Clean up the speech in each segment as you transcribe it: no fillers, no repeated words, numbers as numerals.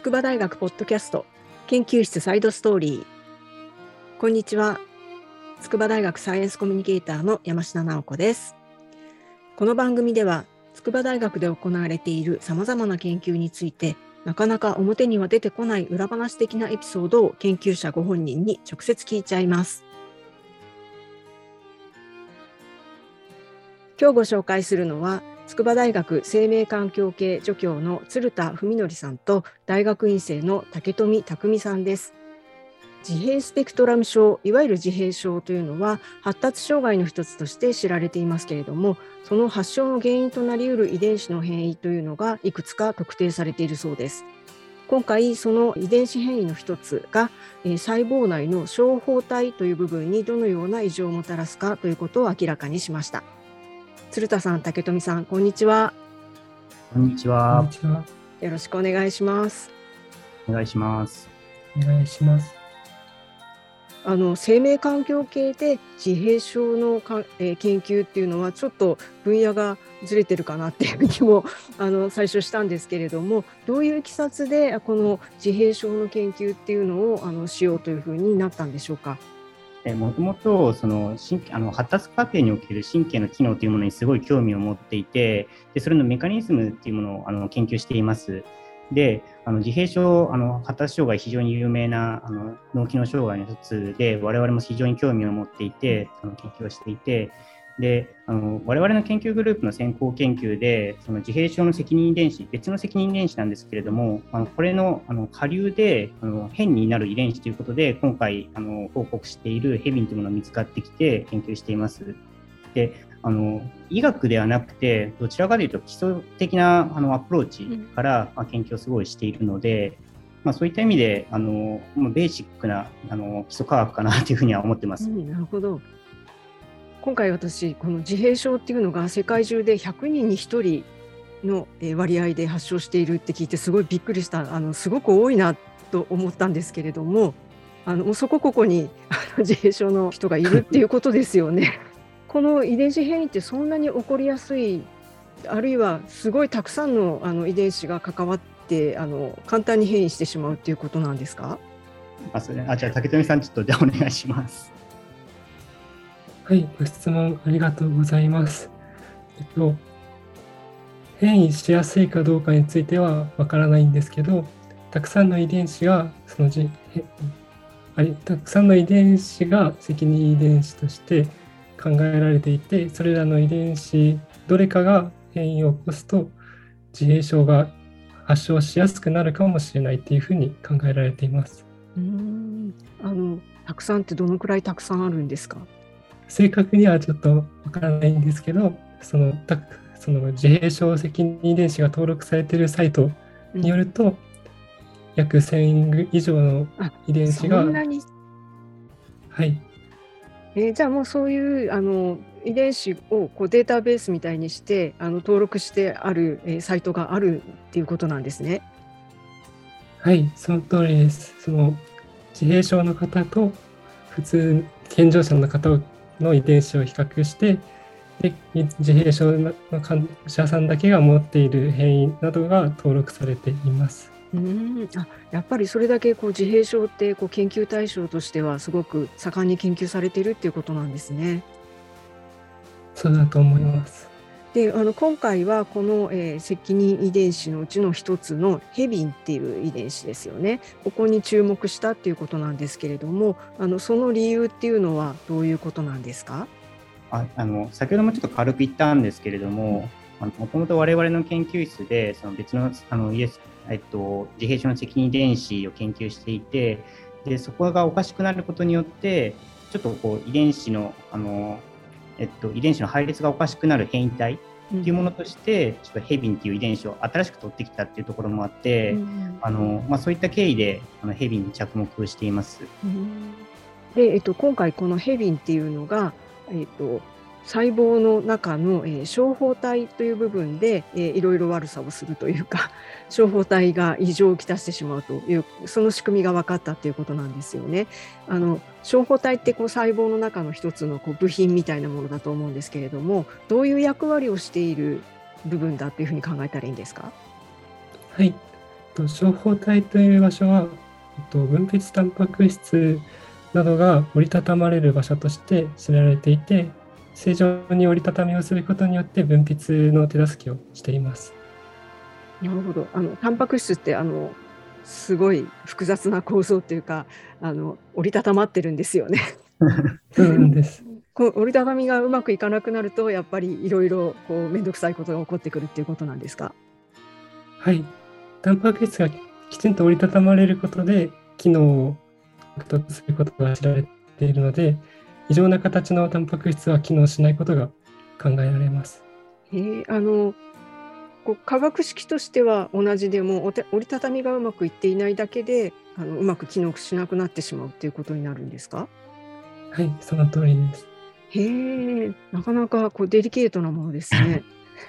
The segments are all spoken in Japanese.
筑波大学ポッドキャスト研究室サイドストーリー。こんにちは。筑波大学サイエンスコミュニケーターの山科直子です。この番組では筑波大学で行われているさまざまな研究について、なかなか表には出てこない裏話的なエピソードを研究者ご本人に直接聞いちゃいます。今日ご紹介するのは筑波大学生命環境系助教の鶴田文則さんと大学院生の竹富匠さんです。自閉スペクトラム症、いわゆる自閉症というのは発達障害の一つとして知られていますけれども、その発症の原因となり得る遺伝子の変異というのがいくつか特定されているそうです。今回その遺伝子変異の一つが細胞内の小胞体という部分にどのような異常をもたらすかということを明らかにしました。鶴田さん、竹富さん、こんにちは。 こんにちは。 よろしくお願いします。 お願いします。 お願いします。 生命環境系で自閉症の研究っていうのはちょっと分野がずれてるかなっていう気も最初したんですけれども、どういういきさつでこの自閉症の研究っていうのをしようというふうになったんでしょうか。 もともと発達過程における神経の機能というものにすごい興味を持っていて、でそれのメカニズムっていうものを研究しています。で自閉症、発達障害、非常に有名な脳機能障害の一つで、我々も非常に興味を持っていて研究をしていて、で我々の研究グループの先行研究でその自閉症の責任遺伝子、別の責任遺伝子なんですけれども、これの下流で変になる遺伝子ということで、今回報告しているヘビンというものが見つかってきて研究しています。で医学ではなくて、どちらかというと基礎的なアプローチから研究をすごいしているので、そういった意味でベーシックな基礎科学かなというふうには思ってます。 なるほど。今回私この自閉症っていうのが世界中で100人に1人の割合で発症しているって聞いてすごいびっくりした。すごく多いなと思ったんですけれども、そこここに自閉症の人がいるっていうことですよね。この遺伝子変異ってそんなに起こりやすい、あるいはすごいたくさんの遺伝子が関わって簡単に変異してしまうっていうことなんですか？ じゃあ竹富さん、ちょっとじゃあお願いします。 はい、ご質問ありがとうございます。変異しやすいかどうかについてはわからないんですけど、たくさんの遺伝子がたくさんの遺伝子が責任遺伝子として考えられていて、それらの遺伝子どれかが変異を起こすと自閉症が発症しやすくなるかもしれないというふうに考えられています。 たくさんってどのくらいたくさんあるんですか？ 正確にはちょっとわからないんですけど、その自閉症責任遺伝子が登録されているサイトによると、約1000以上の遺伝子が。 そんなに？ はい。 じゃあもうそういう遺伝子をデータベースみたいにして登録してあるサイトがあるっていうことなんですね。 はい、その通りです。その自閉症の方と普通健常者の方の遺伝子を比較して、で自閉症の患者さんだけが持っている変異などが登録されています。 やっぱりそれだけ自閉症って研究対象としてはすごく盛んに研究されているっていうことなんですね。 そうだと思います。 で今回はこの、責任遺伝子のうちの一つのヘビンっていう遺伝子ですよね。ここに注目したっていうことなんですけれども、その理由っていうのはどういうことなんですか？ 先ほどもちょっと軽く言ったんですけれども、もともと我々の研究室でその別の自閉症の責任遺伝子を研究していて、でそこがおかしくなることによってちょっと遺伝子の遺伝子の配列がおかしくなる変異体っていうものとして、ちょっとヘビンっていう遺伝子を新しく取ってきたっていうところもあって、そういった経緯でヘビンに着目しています。 で、今回このヘビンっていうのが、細胞の中の、小胞体という部分で、いろいろ悪さをするというか小胞体が異常をきたしてしまうという、その仕組みが分かったということなんですよね。小胞体って細胞の中の一つの部品みたいなものだと思うんですけれども、どういう役割をしている部分だというふうに考えたらいいんですか？ はい、 小胞体という場所は、分泌タンパク質などが折りたたまれる場所として知られていて、正常に折りたたみをすることによって分泌の手助けをしています。 なるほど。タンパク質ってすごい複雑な構造というか、折りたたまってるんですよね。 そうなんです。 折りたたみがうまくいかなくなると、やっぱりいろいろ面倒くさいことが起こってくるっていうことなんですか？ はい。タンパク質がきちんと折りたたまれることで、機能を獲得することが知られているので、異常な形のタンパク質は機能しないことが考えられます。 化学式としては同じでも、折りたたみがうまくいっていないだけでうまく機能しなくなってしまうということになるんですか？ はい、その通りです。 へえ、なかなかデリケートなものですね。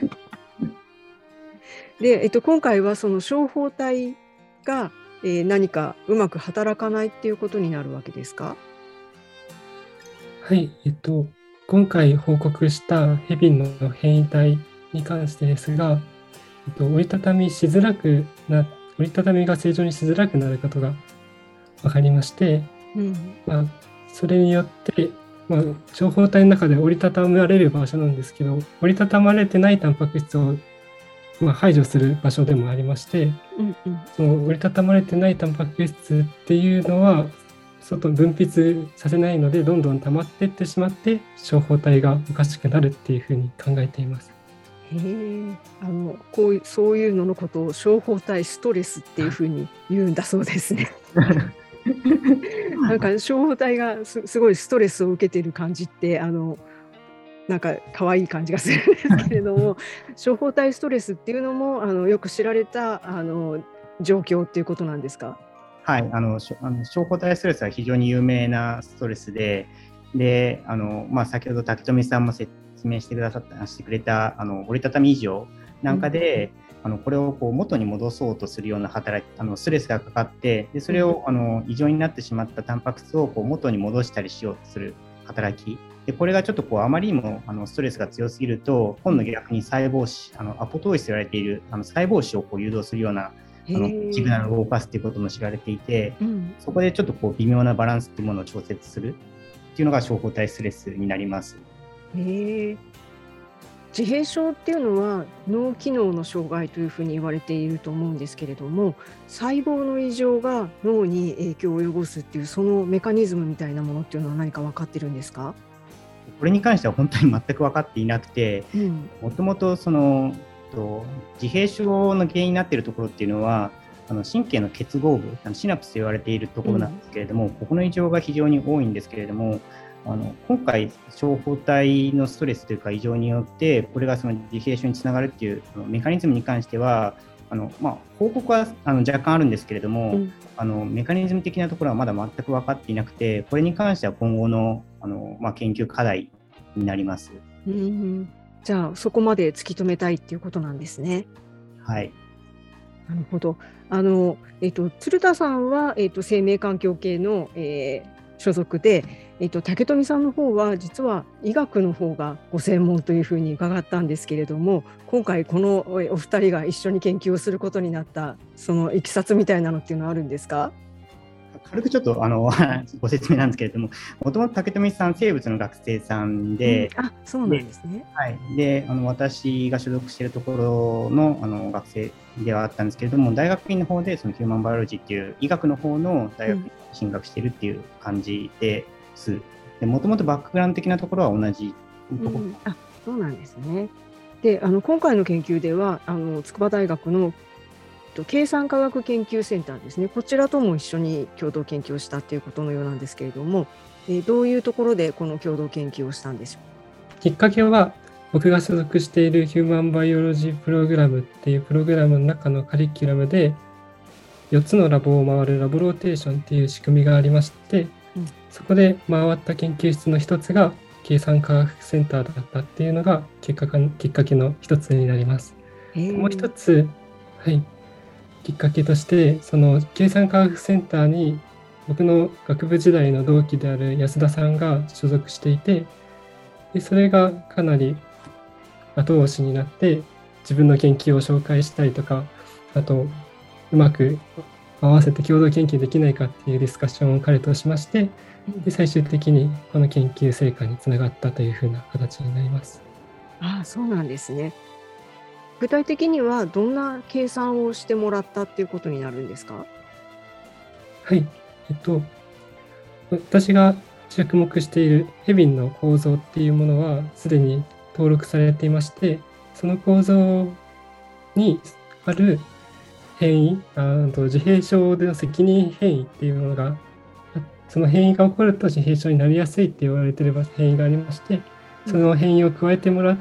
で、今回はその小胞体が、何かうまく働かないっていうことになるわけですか？ はい、今回報告したヘビの変異体に関してですが、折りたたみが正常にしづらくなることが分かりまして、それによって、小胞体の中で折りたたまれる場所なんですけど、折りたたまれてないタンパク質を、排除する場所でもありまして、その折りたたまれてないタンパク質っていうのは外に分泌させないので、どんどん溜まっていってしまって小胞体がおかしくなるっていうふうに考えています。 へえ、そういうののことを小胞体ストレスっていうふうに言うんだそうですね。なんか小胞体がすごいストレスを受けている感じってなんか可愛い感じがするんですけれども、小胞体ストレスっていうのもよく知られた状況っていうことなんですか？ はい、小胞体ストレスは非常に有名なストレスで、先ほど竹富さんも説明してくれた折りたたみ異常なんかで、これを元に戻そうとするようなストレスがかかって、でそれを異常になってしまったタンパク質を元に戻したりしようとする働きで、これがちょっとあまりにもストレスが強すぎると、今度逆に細胞死アポトーシスと言われている細胞死を誘導するようなシグナルを動かすということも知られていて、そこでちょっと微妙なバランスというものを調節するっていうのが小胞体ストレスになります。 自閉症っていうのは脳機能の障害というふうに言われていると思うんですけれども、細胞の異常が脳に影響を及ぼすっていうそのメカニズムみたいなものっていうのは何か分かってるんですか？ これに関しては本当に全く分かっていなくて、もともと自閉症の原因になっているところっていうのは神経の結合部シナプスと言われているところなんですけれども、ここの異常が非常に多いんですけれども、今回小胞体のストレスというか異常によってこれがその自閉症につながるっていうメカニズムに関しては報告は若干あるんですけれども、メカニズム的なところはまだ全く分かっていなくて、これに関しては今後の研究課題になります。 じゃあそこまで突き止めたいっていうことなんですね。 はい。 なるほど。鶴田さんは、生命環境系の、所属で、竹富さんの方は実は医学の方がご専門というふうに伺ったんですけれども、今回このお二人が一緒に研究をすることになったそのいきさつみたいなのっていうのはあるんですか？ 軽くちょっとご説明なんですけれども、もともと竹富さん生物の学生さんで、 そうなんですね。 で私が所属しているところの学生ではあったんですけれども、大学院の方でそのヒューマンバイオロジーっていう医学の方の大学に進学しているっていう感じです。もともとバックグラウンド的なところは同じところ、 そうなんですね。で今回の研究では筑波大学の計算科学研究センターですね、こちらとも一緒に共同研究をしたということのようなんですけれども、どういうところでこの共同研究をしたんでしょう？ きっかけは僕が所属しているヒューマンバイオロジープログラムっていうプログラムの中のカリキュラムで4つのラボを回るラボローテーションっていう仕組みがありまして、そこで回った研究室の一つが計算科学センターだったっていうのがきっかけの一つになります。もう一つ、きっかけとして、その計算科学センターに僕の学部時代の同期である安田さんが所属していて、でそれがかなり後押しになって自分の研究を紹介したりとか、あとうまく合わせて共同研究できないかっていうディスカッションを彼としまして、で最終的にこの研究成果につながったというふうな形になります。 ああ、そうなんですね。具体的にはどんな計算をしてもらったっていうことになるんですか？ はい。私が着目しているヘビンの構造っていうものはすでに登録されていまして、その構造にある変異、自閉症での責任変異っていうものが、その変異が起こると自閉症になりやすいって言われている変異がありまして、その変異を加えてもらって、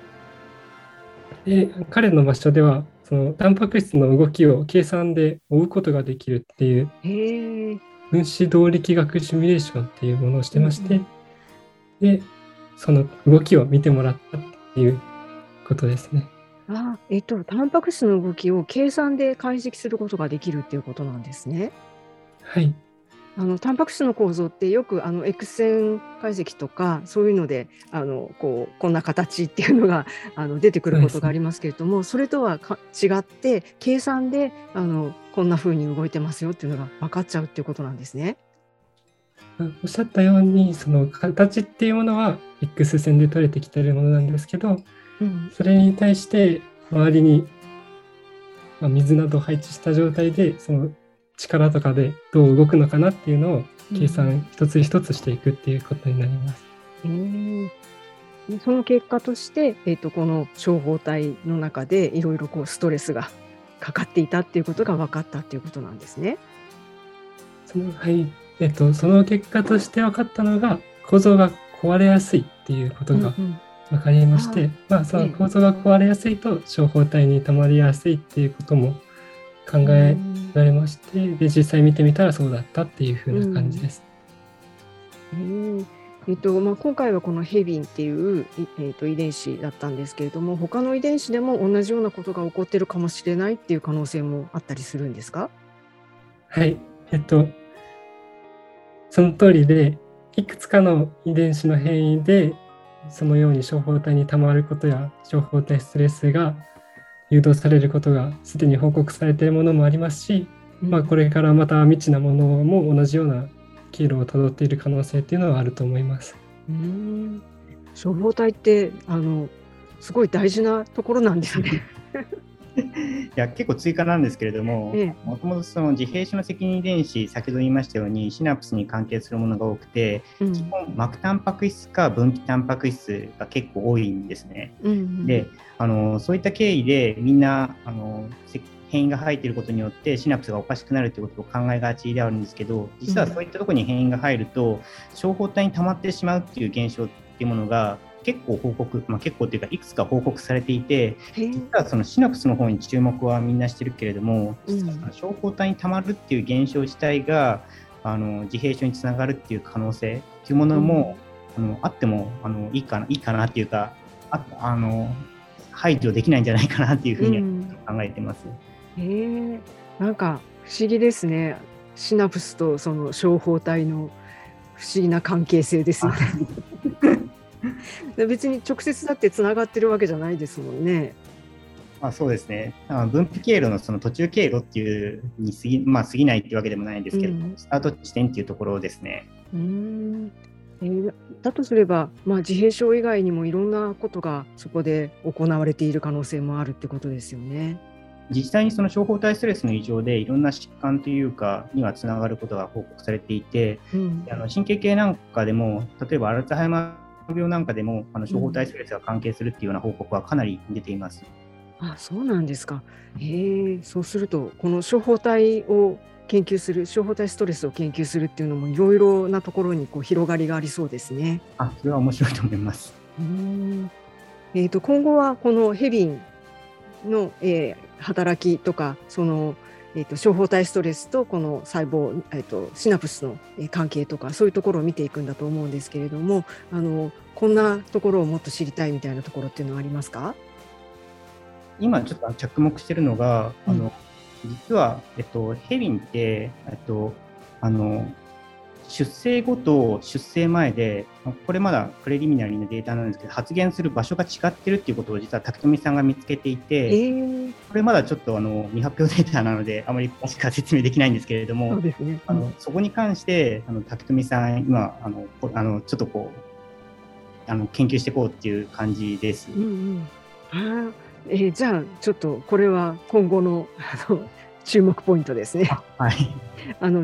で彼の場所では、そのタンパク質の動きを計算で追うことができるっていう、分子動力学シミュレーションっていうものをしてまして、で、その動きを見てもらったっていうことですね。 タンパク質の動きを計算で解析することができるっていうことなんですね。 はい。 タンパク質の構造ってよくX 線解析とかそういうのでこんな形っていうのが出てくることがありますけれども、それとは違って計算でこんな風に動いてますよっていうのが分かっちゃうっていうことなんですね。 おっしゃったように、その形っていうものは X 線で取れてきているものなんですけど、それに対して周りに水などを配置した状態で、その力とかでどう動くのかなっていうのを計算一つ一つしていくっていうことになります。 その結果として、この小胞体の中でいろいろストレスがかかっていたっていうことが分かったっていうことなんですね。 その結果として分かったのが、構造が壊れやすいっていうことが分かりまして、その構造が壊れやすいと小胞体に溜まりやすいっていうことも考えられまして、で実際見てみたらそうだったっていう風な感じです。 今回はこのヘビンっていう、遺伝子だったんですけれども、他の遺伝子でも同じようなことが起こってるかもしれないっていう可能性もあったりするんですか？ はい、その通りで、いくつかの遺伝子の変異でそのように小胞体にたまることや小胞体ストレスが誘導されることがすでに報告されているものもありますし、これからまた未知なものも同じような経路をたどっている可能性っていうのはあると思います。 小胞体ってすごい大事なところなんですね。 いや結構追加なんですけれども、もともとその自閉症の責任遺伝子、先ほど言いましたようにシナプスに関係するものが多くて、基本膜タンパク質か分岐タンパク質が結構多いんですね。でそういった経緯でみんな変異が入っていることによってシナプスがおかしくなるということを考えがちであるんですけど、実はそういったところに変異が入ると小胞体に溜まってしまうっていう現象っていうものが結構結構というかいくつか報告されていて、実はそのシナプスの方に注目はみんなしてるけれども、実はその小胞体にたまるっていう現象自体が自閉症につながるっていう可能性っていうものも、あってもいいかなっていうか排除できないんじゃないかなっていうふうに考えてます。 なんか不思議ですね。シナプスとその小胞体の不思議な関係性ですよね。別に直接だってつながってるわけじゃないですもんね。 そうですね。分泌経路のその途中経路っていうに過ぎないっていうわけでもないんですけど、スタート地点っていうところですね。 だとすれば、自閉症以外にもいろんなことがそこで行われている可能性もあるってことですよね。 実際にその小胞体ストレスの異常でいろんな疾患というかにはつながることが報告されていて、神経系なんかでも例えばアルツハイマー病なんかでも小胞体ストレスが関係するっていうような報告はかなり出ています。 そうなんですか。そうするとこの小胞体を研究する、小胞体ストレスを研究するっていうのもいろいろなところに広がりがありそうですね。 それは面白いと思います。 今後はこのヘビンの、働きとかその、小胞体ストレスとこの細胞、シナプスの関係とかそういうところを見ていくんだと思うんですけれども、こんなところをもっと知りたいみたいなところっていうのはありますか？ 今ちょっと着目しているのが、実は、ヘビンって出生後と出生前で、これまだプレリミナリーのデータなんですけど、発現する場所が違ってるっていうことを実は竹富さんが見つけていて、これまだちょっちょっと未発表データなのであまり詳しくは説明できないんですけれども、 そうですね。 そこに関して竹富さん今ちょっとこう研究していこうっていう感じです。 じゃあちょっとこれは今後の注目ポイントですね。 はい。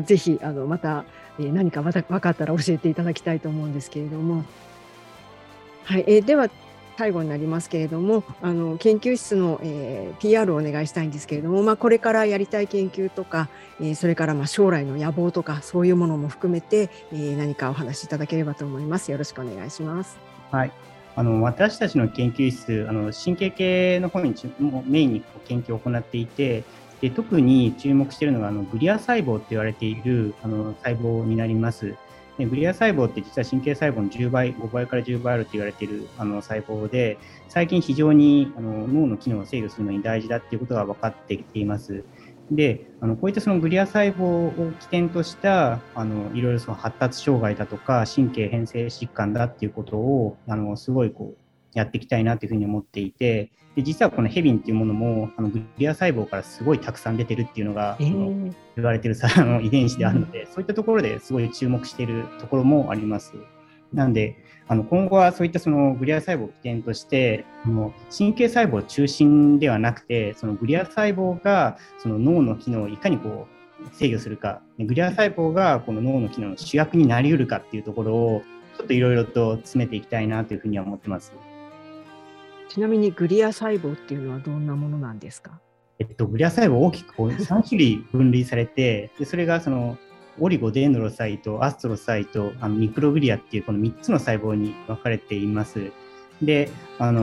ぜひまた何か分かったら教えていただきたいと思うんですけれども、はい。では最後になりますけれども、研究室の、PR をお願いしたいんですけれども、これからやりたい研究とか、それから将来の野望とかそういうものも含めて、何かお話しいただければと思います。よろしくお願いします。 はい。私たちの研究室、神経系の方にメインに研究を行っていて、で特に注目しているのがグリア細胞と言われている細胞になります。でグリア細胞って実は神経細胞の10倍、5倍から10倍あると言われている細胞で、最近非常に脳の機能を制御するのに大事だということが分かってきています。でこういったそのグリア細胞を起点としたいろいろその発達障害だとか神経変性疾患だっていうことをすごいこうやっていきたいなというふうに思っていて、で実はこのヘビンっていうものもグリア細胞からすごいたくさん出てるっていうのが、言われてる遺伝子であるので、そういったところですごい注目しているところもあります。なので今後はそういったそのグリア細胞を起点として神経細胞中心ではなくて、そのグリア細胞がその脳の機能をいかにこう制御するか、グリア細胞がこの脳の機能の主役になりうるかっていうところをちょっといろいろと詰めていきたいなというふうには思ってます。 ちなみにグリア細胞っていうのはどんなものなんですか？ グリア細胞大きくこう3種類分類されて、でそれがそのオリゴデンドロサイト、アストロサイト、ミクログリアっていうこの3つの細胞に分かれています。で、ア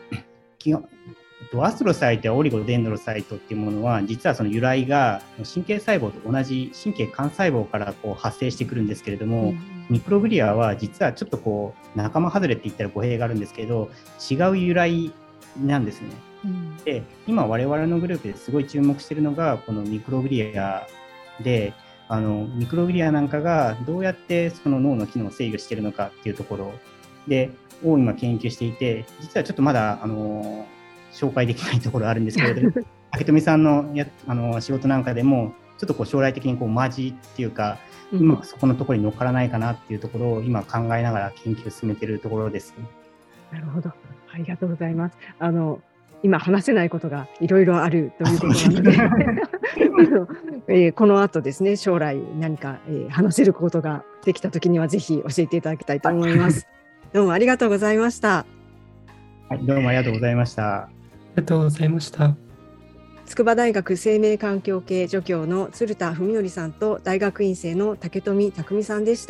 ストロサイトやオリゴデンドロサイトっていうものは、実はその由来が神経細胞と同じ神経幹細胞からこう発生してくるんですけれども、ミクログリアは実はちょっとこう仲間外れって言ったら語弊があるんですけど、違う由来なんですね。で、今我々のグループですごい注目しているのがこのミクログリアで、ミクログリアなんかがどうやってその脳の機能を制御しているのかっていうところでを今研究していて、実はちょっとまだ紹介できないところあるんですけれども竹富さんの仕事なんかでもちょっとこう将来的にこうマジっていうか、今そこのところに乗っからないかなっていうところを今考えながら研究を進めているところです。 なるほど、ありがとうございます。今話せないことがいろいろあるということなのでこの後ですね、将来何か、話せることができたときにはぜひ教えていただきたいと思います。どうもありがとうございました。 はい、どうもありがとうございました。 ありがとうございました。 筑波大学生命環境系助教の鶴田文則さんと大学院生の竹富匠さんでした。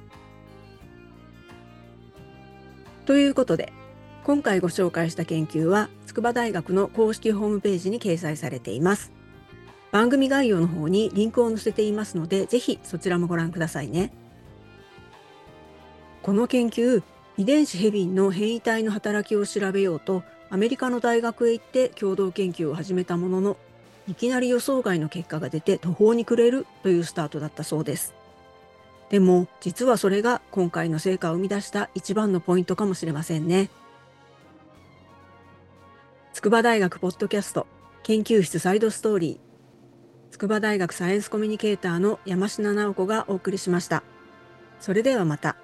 ということで、今回ご紹介した研究は筑波大学の公式ホームページに掲載されています。番組概要の方にリンクを載せていますので、ぜひそちらもご覧くださいね。この研究、遺伝子ヘビンの変異体の働きを調べようとアメリカの大学へ行って共同研究を始めたものの、いきなり予想外の結果が出て途方に暮れるというスタートだったそうです。でも実はそれが今回の成果を生み出した一番のポイントかもしれませんね。筑波大学ポッドキャスト研究室サイドストーリー、筑波大学サイエンスコミュニケーターの山科直子がお送りしました。それではまた。